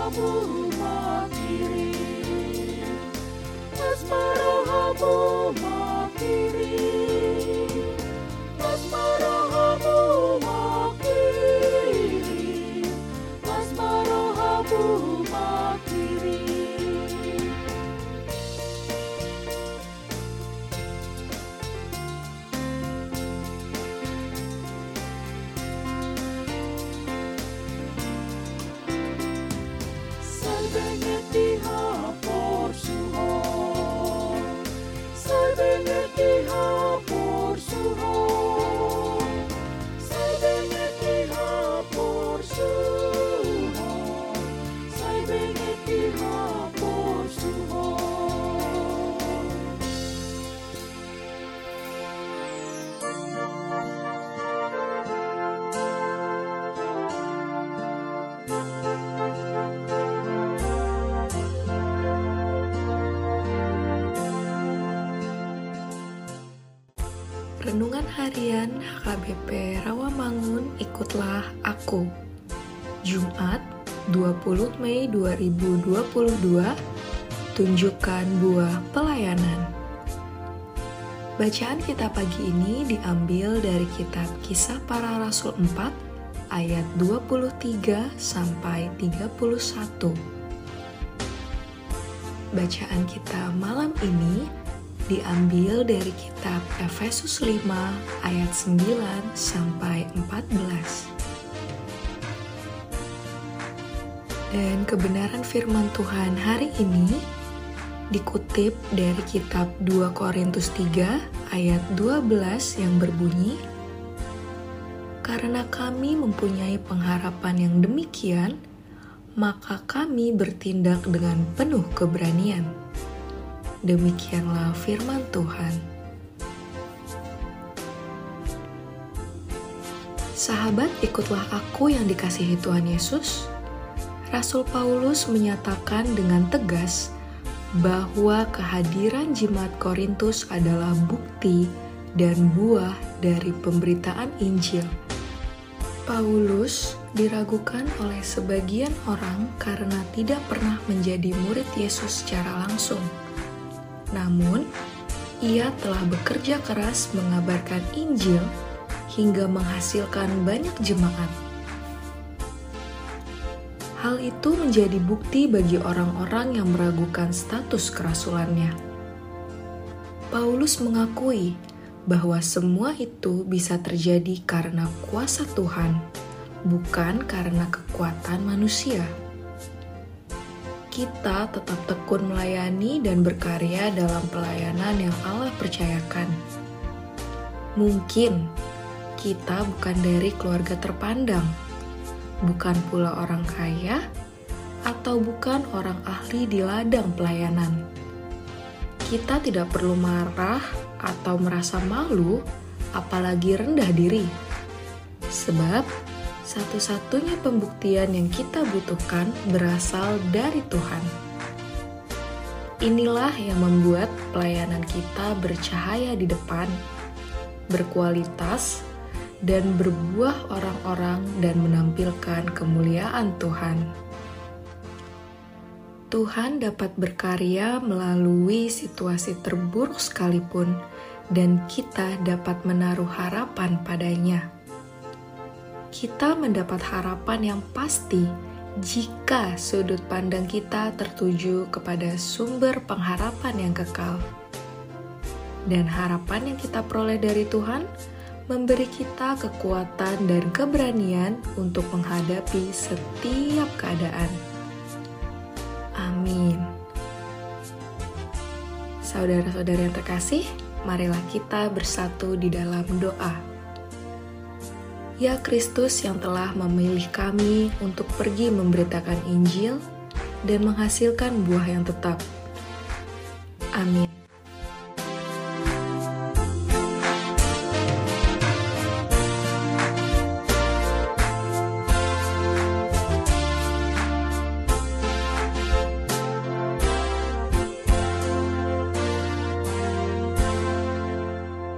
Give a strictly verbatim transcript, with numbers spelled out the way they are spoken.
rohamu makiri, plasma rohamu makiri, plasma rohamu makiri, plasma rohamu makiri. Renungan Harian H K B P Rawamangun, Ikutlah Aku. Jumat, dua puluh Mei dua ribu dua puluh dua. Tunjukkan buah pelayanan. Bacaan kita pagi ini diambil dari kitab Kisah Para Rasul empat ayat dua puluh tiga sampai tiga puluh satu. Bacaan kita malam ini diambil dari kitab Efesus lima ayat sembilan sampai empat belas. Dan kebenaran firman Tuhan hari ini dikutip dari kitab dua Korintus tiga ayat dua belas yang berbunyi, "Karena kami mempunyai pengharapan yang demikian, maka kami bertindak dengan penuh keberanian." Demikianlah firman Tuhan. Sahabat, ikutlah aku yang dikasihi Tuhan Yesus. Rasul Paulus menyatakan dengan tegas bahwa kehadiran jemaat Korintus adalah bukti dan buah dari pemberitaan Injil. Paulus diragukan oleh sebagian orang karena tidak pernah menjadi murid Yesus secara langsung. Namun, ia telah bekerja keras mengabarkan Injil hingga menghasilkan banyak jemaat. Hal itu menjadi bukti bagi orang-orang yang meragukan status kerasulannya. Paulus mengakui bahwa semua itu bisa terjadi karena kuasa Tuhan, bukan karena kekuatan manusia. Kita tetap tekun melayani dan berkarya dalam pelayanan yang Allah percayakan. Mungkin kita bukan dari keluarga terpandang, bukan pula orang kaya, atau bukan orang ahli di ladang pelayanan. Kita tidak perlu marah atau merasa malu, apalagi rendah diri. Sebab satu-satunya pembuktian yang kita butuhkan berasal dari Tuhan. Inilah yang membuat pelayanan kita bercahaya di depan, berkualitas, dan berbuah orang-orang dan menampilkan kemuliaan Tuhan. Tuhan dapat berkarya melalui situasi terburuk sekalipun, dan kita dapat menaruh harapan padanya. Kita mendapat harapan yang pasti jika sudut pandang kita tertuju kepada sumber pengharapan yang kekal. Dan harapan yang kita peroleh dari Tuhan memberi kita kekuatan dan keberanian untuk menghadapi setiap keadaan. Amin. Saudara-saudara yang terkasih, marilah kita bersatu di dalam doa. Ya Kristus yang telah memilih kami untuk pergi memberitakan Injil dan menghasilkan buah yang tetap. Amin.